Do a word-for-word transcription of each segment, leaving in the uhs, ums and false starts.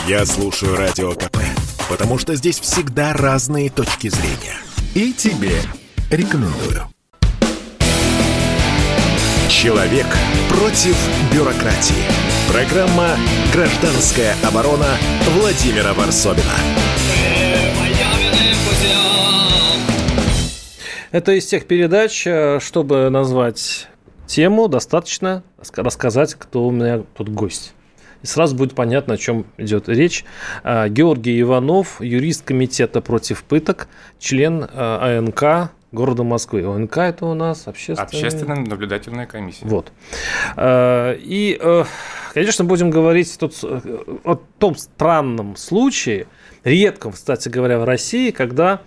Я слушаю Радио КП, потому что здесь всегда разные точки зрения. И тебе рекомендую. Человек против бюрократии. Программа «Гражданская оборона» Владимира Варсобина. Это из тех передач, чтобы назвать тему, достаточно рассказать, кто у меня тут гость. И сразу будет понятно, о чем идет речь. Георгий Иванов, юрист комитета против пыток, член АНК города Москвы. АНК – это у нас общественная... Общественная наблюдательная комиссия. Вот. И, конечно, будем говорить тут о том странном случае, редком, кстати говоря, в России, когда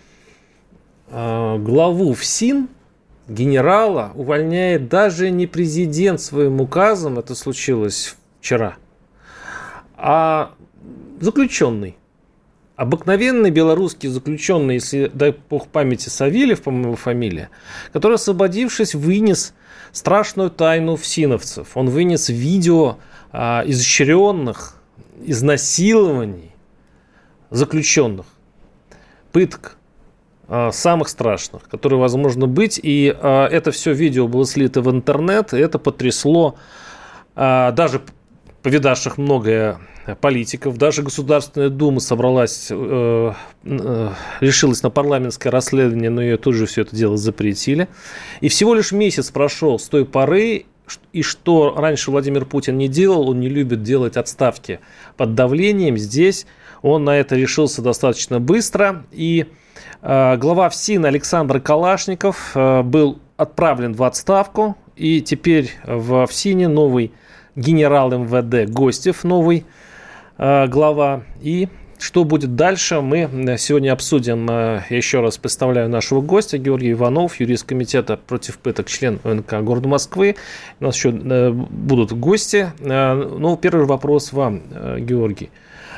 главу ФСИН, генерала, увольняет даже не президент своим указом, это случилось вчера, а заключенный. Обыкновенный белорусский заключенный, если, дай бог памяти, Савельев, по-моему, его фамилия, который, освободившись, вынес страшную тайну фсиновцев. Он вынес видео а, изощренных изнасилований заключенных, пыток, а, самых страшных, которые возможно быть. И а, это все видео было слито в интернет, и это потрясло а, даже повидавших многое политиков. Даже Государственная Дума собралась, э, э, решилась на парламентское расследование, но ее тут же все это дело запретили. И всего лишь месяц прошел с той поры, и что раньше Владимир Путин не делал, он не любит делать отставки под давлением. Здесь он на это решился достаточно быстро. И э, глава ФСИН Александр Калашников э, был отправлен в отставку. И теперь в ФСИНе новый генерал эм вэ дэ Гостев, новый глава. И что будет дальше, мы сегодня обсудим. Я еще раз представляю нашего гостя, Георгий Иванов, юрист комитета против пыток, член АНК города Москвы. У нас еще будут гости. Ну, первый вопрос вам, Георгий.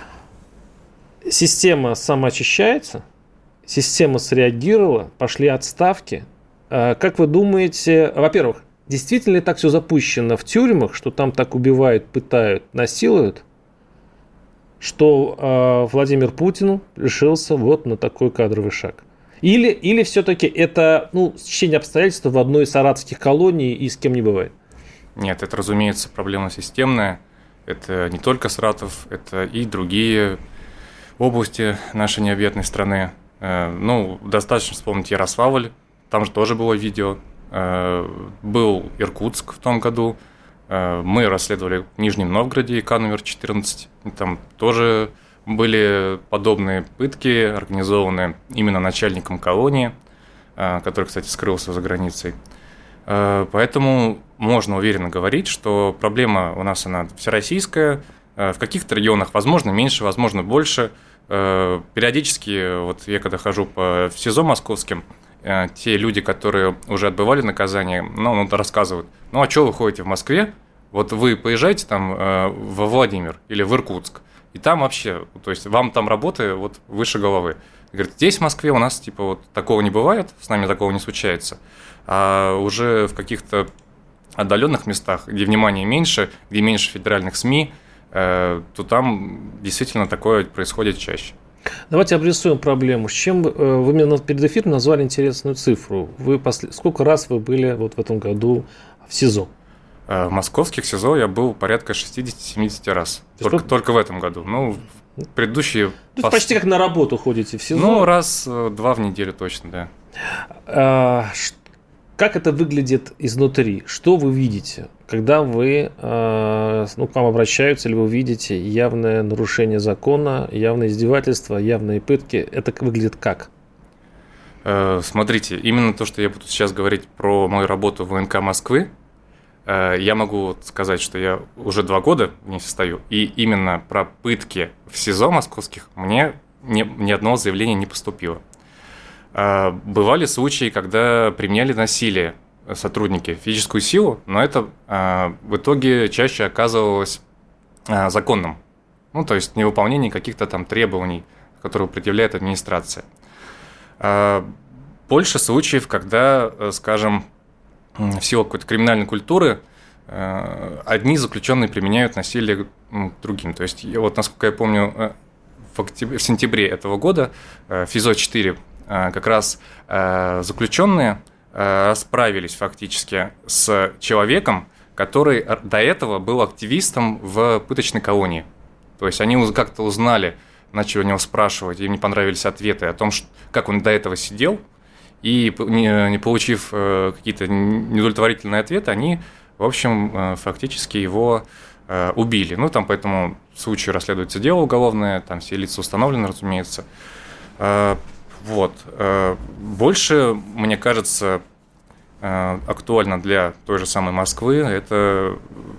Система самоочищается? Система среагировала? Пошли отставки? Как вы думаете, во-первых, действительно ли так все запущено в тюрьмах, что там так убивают, пытают, насилуют, что э, Владимир Путин решился вот на такой кадровый шаг? Или, или все-таки это ну, стечение обстоятельств в одной из саратовских колоний и с кем не бывает? Нет, это, разумеется, проблема системная. Это не только Саратов, это и другие области нашей необъятной страны. Э, ну, достаточно вспомнить Ярославль, там же тоже было видео. Э, был Иркутск в том году. Мы расследовали в Нижнем Новгороде ИК номер четырнадцать. Там тоже были подобные пытки, организованные именно начальником колонии, который, кстати, скрылся за границей. Поэтому можно уверенно говорить, что проблема у нас она всероссийская. В каких-то регионах, возможно, меньше, возможно, больше. Периодически, вот я когда хожу по в СИЗО московским, те люди, которые уже отбывали наказание, ну, ну, рассказывают, ну, а что вы ходите в Москве? Вот вы поезжаете там э, во Владимир или в Иркутск, и там вообще, то есть вам там работы вот выше головы. Говорит, здесь в Москве у нас типа вот такого не бывает, с нами такого не случается. А уже в каких-то отдаленных местах, где внимания меньше, где меньше федеральных СМИ, э, то там действительно такое происходит чаще. Давайте обрисуем проблему. С чем вы мне перед эфиром назвали интересную цифру? Вы после... Сколько раз вы были вот в этом году в СИЗО? В московских СИЗО я был порядка шестьдесят-семьдесят раз. Только, что... только в этом году. Ну, предыдущие... То есть пос... почти как на работу ходите в СИЗО? Ну, раз-два в неделю точно, да. А, как это выглядит изнутри? Что вы видите, когда вы, ну, к вам обращаются, или вы видите явное нарушение закона, явное издевательство, явные пытки? Это выглядит как? Смотрите, именно то, что я буду сейчас говорить про мою работу в АНК Москвы, я могу сказать, что я уже два года в ней состою, и именно про пытки в СИЗО московских мне ни, ни одного заявления не поступило. Бывали случаи, когда применяли насилие сотрудники, физическую силу, но это в итоге чаще оказывалось законным. Ну, то есть невыполнение каких-то там требований, которые предъявляет администрация. Больше случаев, когда, скажем, в силу какой-то криминальной культуры одни заключенные применяют насилие к другим. То есть, вот, насколько я помню, в, октябре, в сентябре этого года ФИЗО четыре как раз заключенные расправились фактически с человеком, который до этого был активистом в пыточной колонии. То есть они как-то узнали, начали у него спрашивать, им не понравились ответы о том, как он до этого сидел, и не получив какие-то неудовлетворительные ответы, они, в общем, фактически его убили. Ну, там по этому случаю расследуется дело уголовное, там все лица установлены, разумеется. Вот. Больше, мне кажется, актуально для той же самой Москвы это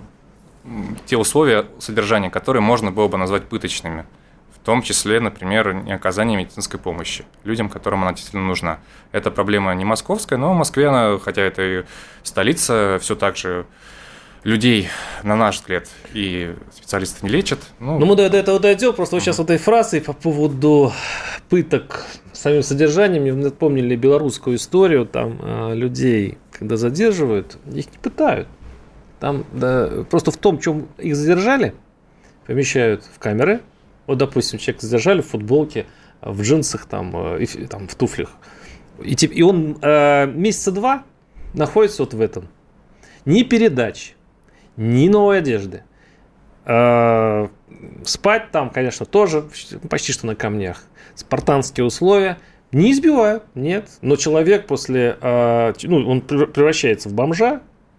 те условия содержания, которые можно было бы назвать пыточными. В том числе, например, не оказание медицинской помощи людям, которым она действительно нужна. Это проблема не московская, но в Москве она, хотя это и столица, все так же людей, на наш взгляд, и специалисты не лечат. Ну, ну мы до, до этого дойдем. Просто вот сейчас вот этой фразой по поводу пыток самим содержанием мне напомнили белорусскую историю. Там э, людей, когда задерживают, их не пытают. Там да, просто в том, чем их задержали, помещают в камеры. Вот, допустим, человека задержали в футболке, в джинсах, там, и, там в туфлях. И, и он э, месяца два находится вот в этом. Ни передач, ни новой одежды. Э, спать там, конечно, тоже почти что на камнях. Спартанские условия. Не избивают, нет. Но человек после... Э, ну, он превращается в бомжа.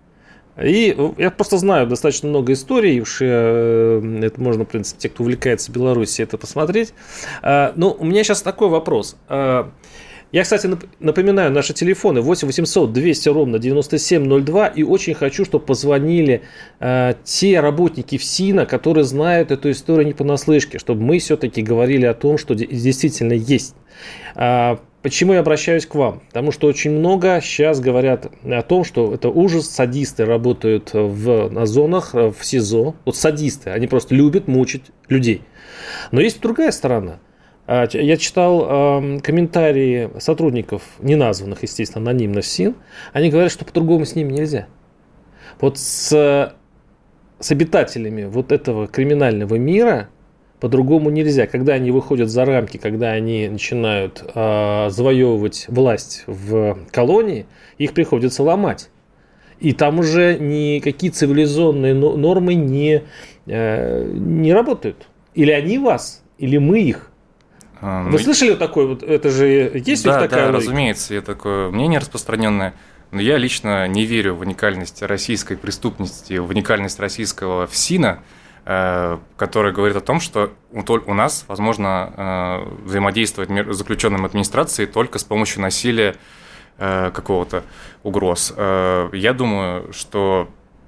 И я просто знаю достаточно много историй, уж это можно, в принципе, те, кто увлекается Беларусью, это посмотреть. Но у меня сейчас такой вопрос. Я, кстати, напоминаю, наши телефоны восемь восемьсот двести ровно девяносто семь ноль два, и очень хочу, чтобы позвонили те работники ФСИНа, которые знают эту историю не понаслышке, чтобы мы все-таки говорили о том, что действительно есть. Почему я обращаюсь к вам? Потому что очень много сейчас говорят о том, что это ужас, садисты работают в, на зонах, в СИЗО. Вот садисты, они просто любят мучить людей. Но есть другая сторона. Я читал комментарии сотрудников, неназванных, естественно, анонимно в ФСИН. Они говорят, что по-другому с ними нельзя. Вот с, с обитателями вот этого криминального мира по-другому нельзя. Когда они выходят за рамки, когда они начинают э, завоевывать власть в колонии, их приходится ломать. И там уже никакие цивилизационные нормы не, э, не работают. Или они вас, или мы их. А, Вы ну, слышали вот такое? Вот, это же есть да, такая да, логика? Разумеется, я такое мнение распространенное. Но я лично не верю в уникальность российской преступности, в уникальность российского ФСИНа, который говорит о том, что у нас возможно взаимодействовать с заключенным администрацией только с помощью насилия какого-то, угроз. Я думаю, что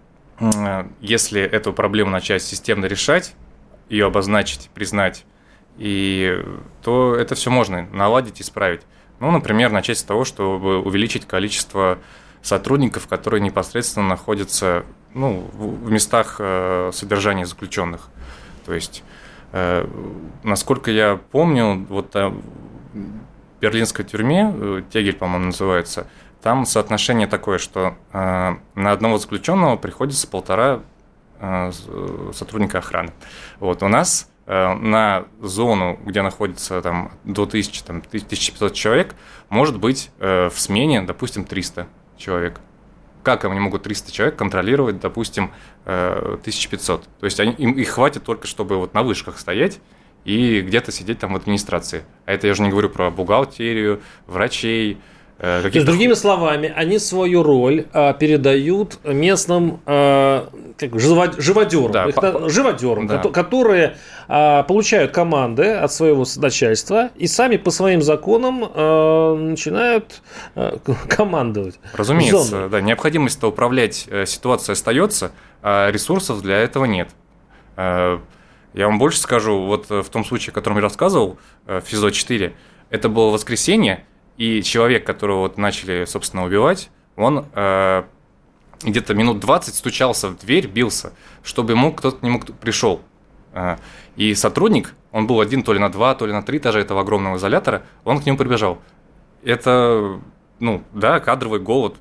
если эту проблему начать системно решать, ее обозначить, признать, и, то это все можно наладить, исправить. Ну, например, начать с того, чтобы увеличить количество сотрудников, которые непосредственно находятся ну, в местах э, содержания заключенных. То есть, э, насколько я помню, вот э, в берлинской тюрьме, э, Тегель, по-моему, называется, там соотношение такое, что э, на одного заключенного приходится полтора э, сотрудника охраны. Вот, у нас э, на зону, где находится там, до тысячи, там, тысяча пятьсот человек, может быть э, в смене, допустим, триста человек. Как они могут триста человек контролировать, допустим, тысяча пятьсот? То есть они, им их хватит только, чтобы вот на вышках стоять и где-то сидеть там в администрации. А это я же не говорю про бухгалтерию, врачей. То есть, другими словами, они свою роль а, передают местным а, как, живодерам, да, по... живодерам да. которые а, получают команды от своего начальства и сами по своим законам а, начинают а, командовать. Разумеется, зоной. Да, необходимость-то управлять ситуацией остается, а ресурсов для этого нет. Я вам больше скажу, вот в том случае, о котором я рассказывал, в ФИЗО четыре, это было воскресенье. И человек, которого вот начали, собственно, убивать, он э, где-то минут двадцать стучался в дверь, бился, чтобы ему кто-то к нему пришел. Э, и сотрудник, он был один то ли на два, то ли на три этажа этого огромного изолятора, он к нему прибежал. Это, ну, да, кадровый голод,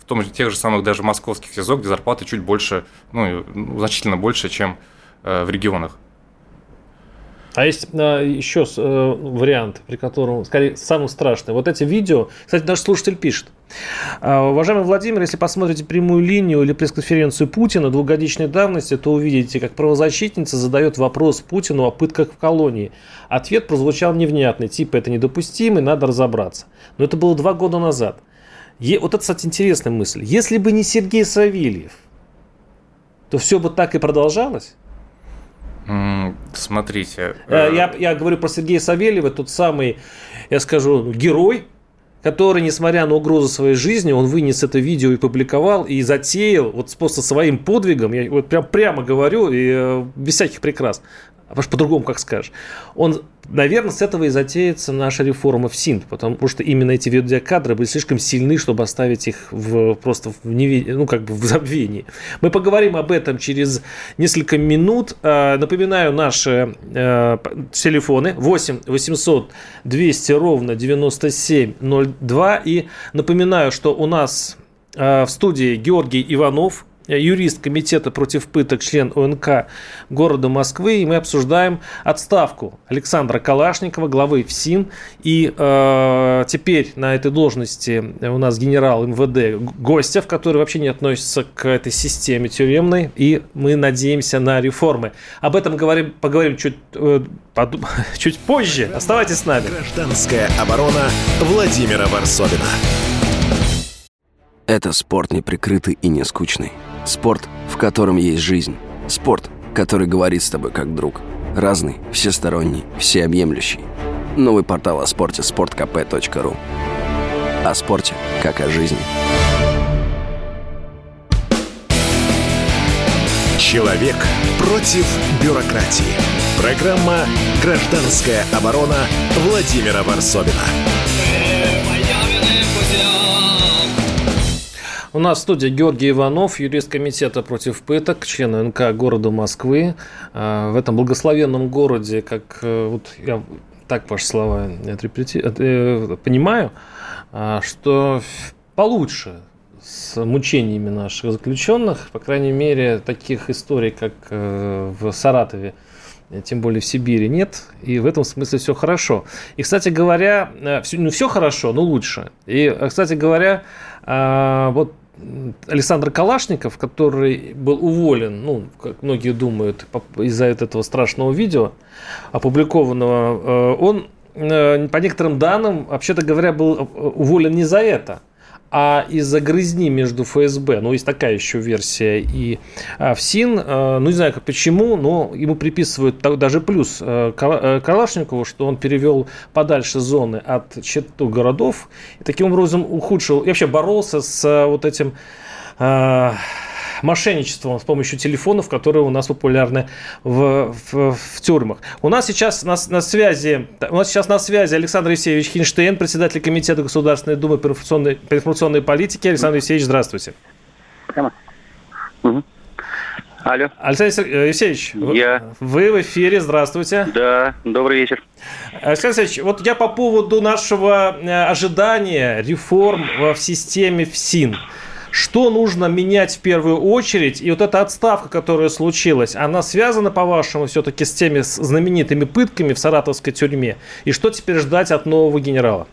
в том же, тех же самых даже московских СИЗО, где зарплаты чуть больше, ну, значительно больше, чем в регионах. А есть а, еще а, вариант, при котором, скорее, самый страшный. Вот эти видео, кстати, наш слушатель пишет. А, уважаемый Владимир, если посмотрите прямую линию или пресс-конференцию Путина двухгодичной давности, то увидите, как правозащитница задает вопрос Путину о пытках в колонии. Ответ прозвучал невнятный, типа это недопустимо, и надо разобраться. Но это было два года назад. Е- вот это, кстати, интересная мысль. Если бы не Сергей Савельев, то все бы так и продолжалось? Смотрите. Я, я говорю про Сергея Савельева, тот самый, я скажу, герой, который, несмотря на угрозу своей жизни, он вынес это видео и публиковал, и затеял вот просто своим подвигом, я вот прям, прямо говорю, и без всяких прикрас, а потому что по-другому как скажешь, он, наверное, с этого и затеется наша реформа в СИН, потому что именно эти видеокадры были слишком сильны, чтобы оставить их в, просто в, невид... ну, как бы в забвении. Мы поговорим об этом через несколько минут. Напоминаю, наши э, телефоны восемь восемьсот двести ровно девяносто семь ноль два. И напоминаю, что у нас э, в студии Георгий Иванов, юрист комитета против пыток, член ОНК города Москвы, и мы обсуждаем отставку Александра Калашникова, главы ФСИН. И э, теперь на этой должности у нас генерал МВД Гостев, который вообще не относится к этой системе тюремной, и мы надеемся на реформы. Об этом говорим, поговорим чуть, э, под, чуть позже. Оставайтесь с нами. Гражданская оборона Владимира Варсобина. Это спорт неприкрытый и не скучный. Спорт, в котором есть жизнь. Спорт, который говорит с тобой как друг. Разный, всесторонний, всеобъемлющий. Новый портал о спорте – спорт кэ пэ точка ру. О спорте, как о жизни. Человек против бюрократии. Программа «Гражданская оборона» Владимира Варсобина. У нас в студии Георгий Иванов, юрист комитета против пыток, член ОНК города Москвы. В этом благословенном городе, как вот я так ваши слова отрепрети... понимаю, что получше с мучениями наших заключенных, по крайней мере, таких историй, как в Саратове, тем более в Сибири, нет. И в этом смысле все хорошо. И, кстати говоря, все, ну, все хорошо, но лучше. И, кстати говоря, вот Александр Калашников, который был уволен, ну, как многие думают, из-за этого страшного видео, опубликованного, он, по некоторым данным, вообще-то говоря, был уволен не за это, а из-за грызни между эф эс бэ. Ну, есть такая еще версия и ФСИН. Ну, не знаю, почему, но ему приписывают даже плюс Калашникову, что он перевел подальше зоны от черты городов. И таким образом ухудшил, и вообще боролся с вот этим мошенничеством с помощью телефонов, которые у нас популярны в, в, в тюрьмах. У нас сейчас на, на связи, у нас сейчас на связи Александр Евсеевич Хинштейн, председатель комитета Государственной Думы по информационной, по информационной политике. Александр Евсеевич, здравствуйте. Прямо. Угу. Алло. Александр Евсеевич, я. Вы в эфире, здравствуйте. Да, добрый вечер. Александр Евсеевич, вот я по поводу нашего ожидания реформ в системе ФСИН. Что нужно менять в первую очередь? И вот эта отставка, которая случилась, она связана, по-вашему, все-таки с теми знаменитыми пытками в саратовской тюрьме? И что теперь ждать от нового генерала?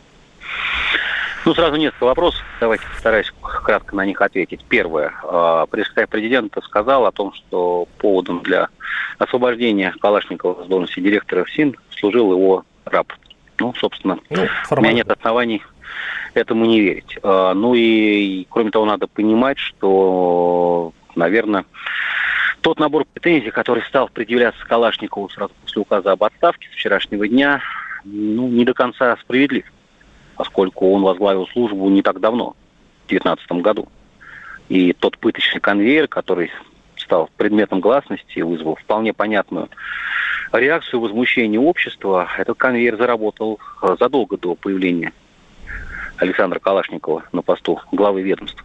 Ну, сразу несколько вопросов. Давайте постараюсь кратко на них ответить. Первое. Пресс-секретарь президента сказал о том, что поводом для освобождения Калашникова с должности директора ФСИН служил его рапорт. Ну, собственно, ну, у меня нет оснований этому не верить. Ну и, кроме того, надо понимать, что, наверное, тот набор претензий, который стал предъявляться Калашникову сразу после указа об отставке с вчерашнего дня, ну, не до конца справедлив, поскольку он возглавил службу не так давно, в две тысячи девятнадцатом году. И тот пыточный конвейер, который стал предметом гласности, вызвал вполне понятную реакцию возмущения общества, этот конвейер заработал задолго до появления Александра Калашникова на посту главы ведомства.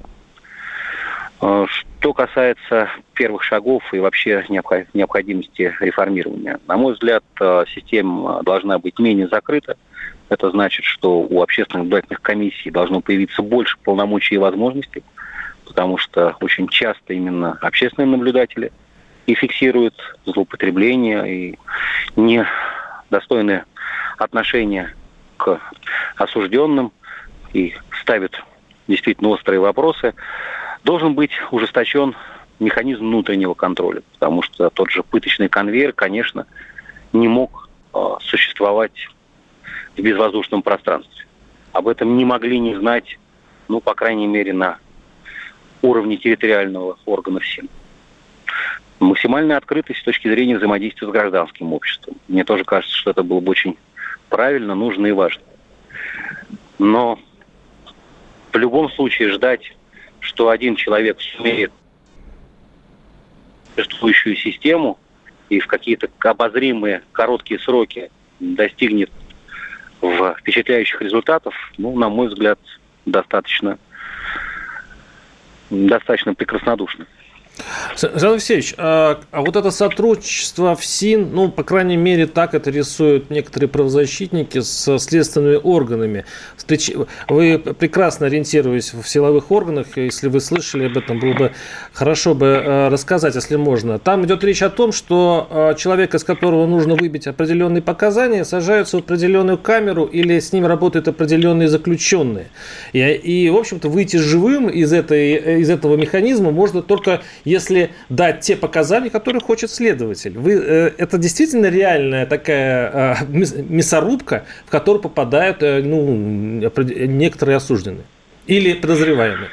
Что касается первых шагов и вообще необходимости реформирования, на мой взгляд, система должна быть менее закрыта, Это значит, что у общественных наблюдательных комиссий должно появиться больше полномочий и возможностей, потому что очень часто именно общественные наблюдатели и фиксируют злоупотребления и недостойные отношения к осужденным и ставят действительно острые вопросы. Должен быть ужесточен механизм внутреннего контроля, потому что тот же пыточный конвейер, конечно, не мог э, существовать в безвоздушном пространстве. Об этом не могли не знать, ну, по крайней мере, на уровне территориального органа СИН. Максимальная открытость с точки зрения взаимодействия с гражданским обществом. Мне тоже кажется, что это было бы очень правильно, нужно и важно. Но в любом случае ждать, что один человек сумеет существующую систему и в какие-то обозримые короткие сроки достигнет впечатляющих результатов, ну, на мой взгляд, достаточно, достаточно прекраснодушно. Александр Алексеевич, а, а вот это сотрудничество в СИН, ну, по крайней мере, так это рисуют некоторые правозащитники с следственными органами. Вы прекрасно ориентируетесь в силовых органах, если вы слышали об этом, было бы хорошо бы рассказать, если можно. Там идет речь о том, что человека, из которого нужно выбить определенные показания, сажаются в определенную камеру или с ним работают определенные заключенные. И, и в общем-то, выйти живым из, этой, из этого механизма можно только если дать те показания, которые хочет следователь. Вы, э, это действительно реальная такая э, мясорубка, в которую попадают э, ну, некоторые осужденные или подозреваемые?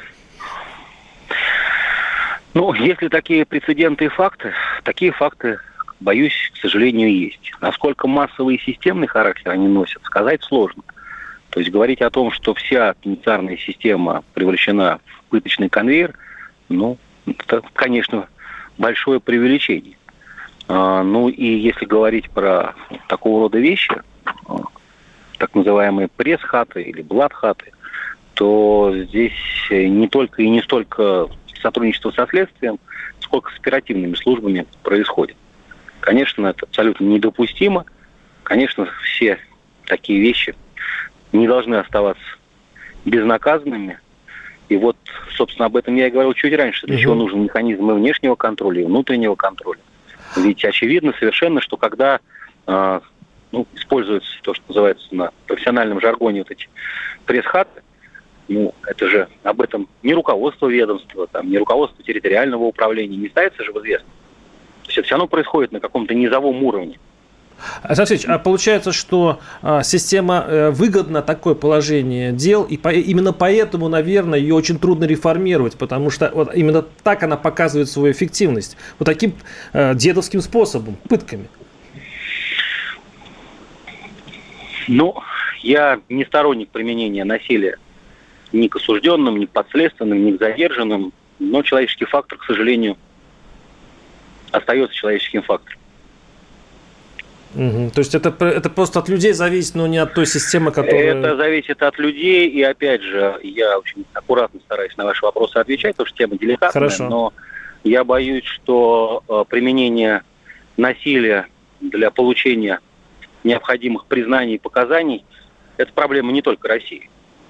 Ну, если такие прецеденты и факты, такие факты, боюсь, к сожалению, есть. Насколько массовый и системный характер они носят, сказать сложно. То есть говорить о том, что вся пенитенциарная система превращена в пыточный конвейер, ну, это, конечно, большое преувеличение. А, ну и если говорить про такого рода вещи, так называемые пресс-хаты или блат-хаты, то здесь не только и не столько сотрудничество со следствием, сколько с оперативными службами происходит. Конечно, это абсолютно недопустимо. Конечно, все такие вещи не должны оставаться безнаказанными. И вот, собственно, об этом я и говорил чуть раньше. Для чего нужен механизм и внешнего контроля, и внутреннего контроля. Ведь очевидно совершенно, что когда э, ну, используется то, что называется на профессиональном жаргоне вот эти пресс-хаты, ну, это же об этом не руководство ведомства, там, не руководство территориального управления, не ставится же в известность. То есть это все равно происходит на каком-то низовом уровне. Александр Алексеевич, а получается, что а, система а, выгодна такое положение дел, и по, именно поэтому, наверное, ее очень трудно реформировать, потому что вот именно так она показывает свою эффективность. Вот таким а, дедовским способом, пытками. Ну, я не сторонник применения насилия ни к осужденным, ни к подследственным, ни к задержанным, но человеческий фактор, к сожалению, остается человеческим фактором. Угу. То есть это, это просто от людей зависит, но не от той системы, которая... Это зависит от людей, и опять же, я очень аккуратно стараюсь на ваши вопросы отвечать, потому что тема деликатная. Хорошо. Но я боюсь, что э, применение насилия для получения необходимых признаний и показаний – это проблема не только России.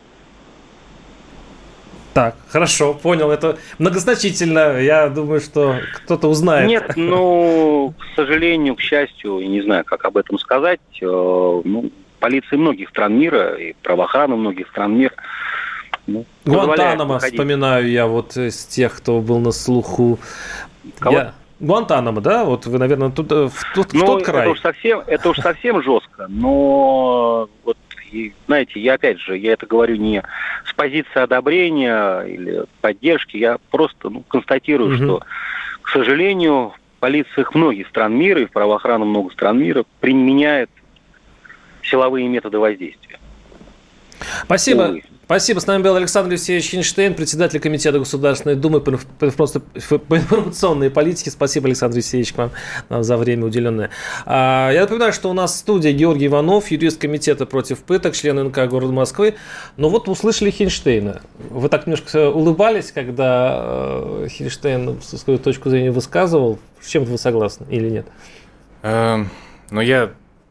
Так, хорошо, понял. Это многозначительно. Я думаю, что кто-то узнает. Нет, ну, к сожалению, к счастью, я не знаю, как об этом сказать. Ну, полиции многих стран мира и правоохраны многих стран мира. Ну, Гуантанамо вспоминаю я вот из тех, кто был на слуху. Кого? Я... Гуантанамо, да? Вот вы, наверное, тут, в, тот, ну, в тот край. Это уж совсем, это уж совсем жестко, но вот, и, знаете, я опять же, я это говорю не с позиции одобрения или поддержки, я просто ну, констатирую, угу. что, к сожалению, в полициях многих стран мира и в правоохране много стран мира применяет силовые методы воздействия. Спасибо. Увы. Спасибо. С нами был Александр Алексеевич Хинштейн, председатель Комитета Государственной Думы по информационной политике. Спасибо, Александр Алексеевич, к вам за время уделенное. Я напоминаю, что у нас в студии Георгий Иванов, юрист Комитета против пыток, член эн ка города Москвы. Но вот услышали Хинштейна. Вы так немножко улыбались, когда Хинштейн свою точку зрения высказывал. С чем вы согласны или нет? Э, ну, я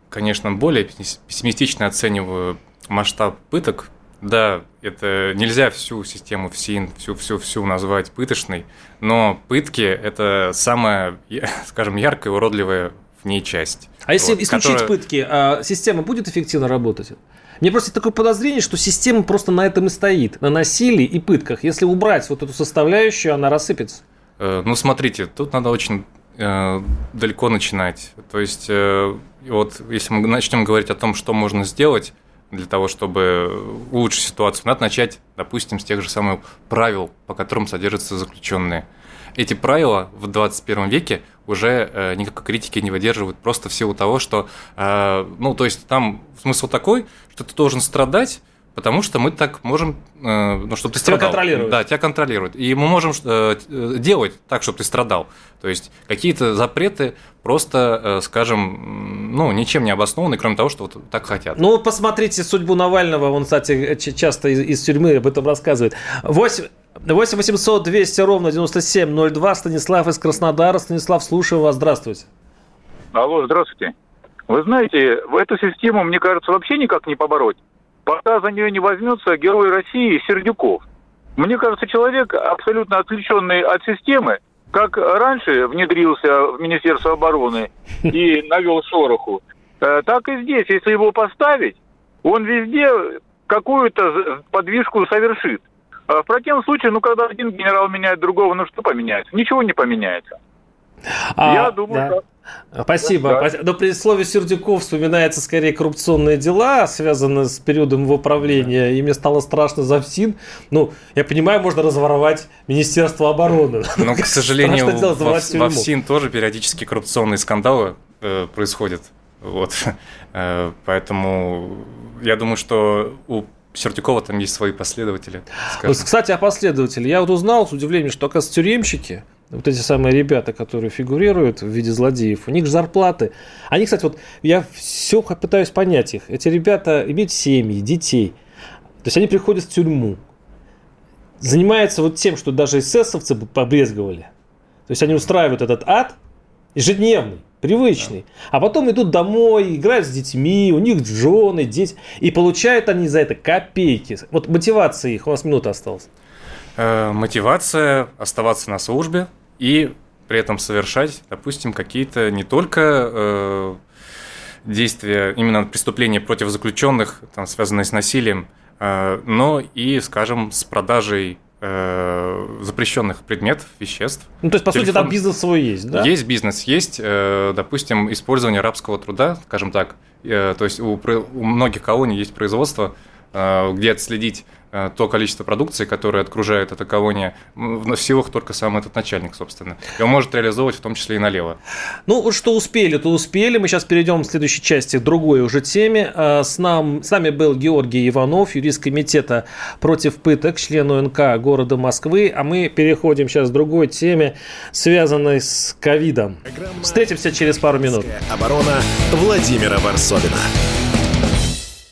конечно, более пессимистично оцениваю масштаб пыток. Да, это нельзя всю систему ФСИН, всю-всю-всю назвать пыточной, но пытки – это самая, скажем, яркая, уродливая в ней часть. А если вот, исключить которая... пытки, а система будет эффективно работать? Мне просто такое подозрение, что система просто на этом и стоит, на насилии и пытках. Если убрать вот эту составляющую, она рассыпется. Э, ну, смотрите, тут надо очень э, далеко начинать. То есть, э, вот если мы начнем говорить о том, что можно сделать для того, чтобы улучшить ситуацию, надо начать, допустим, с тех же самых правил, по которым содержатся заключенные. Эти правила в двадцать первом веке уже э, никакой критики не выдерживают просто в силу того, что, э, ну, то есть там смысл такой, что ты должен страдать, потому что мы так можем, э, ну, чтобы ты страдал. Тебя контролируют. Да, тебя контролируют. И мы можем э, делать так, чтобы ты страдал. То есть какие-то запреты просто, э, скажем, ну, ничем не обоснованы, кроме того, что вот так хотят. Ну, посмотрите судьбу Навального, он, кстати, часто из, из тюрьмы об этом рассказывает. восемь восемьсот двести ровно девяносто семь ноль два. Станислав из Краснодара. Станислав, слушаю вас. Здравствуйте. Алло, здравствуйте. Вы знаете, в эту систему, мне кажется, вообще никак не побороть, пока за нее не возьмется герой России Сердюков. Мне кажется, человек, абсолютно отвлеченный от системы, как раньше внедрился в Министерство обороны и навел шороху, так и здесь, если его поставить, он везде какую-то подвижку совершит. В противном случае, ну, когда один генерал меняет другого, ну, что поменяется? Ничего не поменяется. А, Я думаю, да. что... Спасибо. Да. Но при слове Сердюков вспоминаются скорее коррупционные дела, связанные с периодом его правления, да. И мне стало страшно за ФСИН. Ну, я понимаю, можно разворовать Министерство обороны. Но, к сожалению, во ФСИН тоже периодически коррупционные скандалы э, происходят. Вот. Э, поэтому я думаю, что у Сердюкова там есть свои последователи. Вот, кстати, о последователях. Я вот узнал с удивлением, что, оказывается, тюремщики, вот эти самые ребята, которые фигурируют в виде злодеев, у них же зарплаты. Они, кстати, вот я все пытаюсь понять их. Эти ребята имеют семьи, детей. То есть они приходят в тюрьму, занимаются вот тем, что даже эсэсовцы побрезговали. То есть они устраивают этот ад ежедневный, привычный. А потом идут домой, играют с детьми, у них жены, дети. И получают они за это копейки. Вот мотивация их, у вас минута осталась. Э, мотивация оставаться на службе и при этом совершать, допустим, какие-то не только э, действия, именно преступления против заключенных, там, связанные с насилием, э, но и, скажем, с продажей запрещенных предметов, веществ. Ну, то есть, по Телефон... сути, там бизнес свой есть, да? Есть бизнес, есть, допустим, использование рабского труда, скажем так. То есть, у, у многих колоний есть производство, где отследить то количество продукции, которое окружает эта колония, в силах только сам этот начальник, собственно. И он может реализовывать в том числе и налево. Ну, вот что успели, то успели. Мы сейчас перейдем в следующей части к другой уже теме. С, нам, с нами был Георгий Иванов, юрист комитета против пыток, член ОНК города Москвы. А мы переходим сейчас к другой теме, связанной с ковидом. Встретимся через пару минут. Оборона Владимира Варсобина.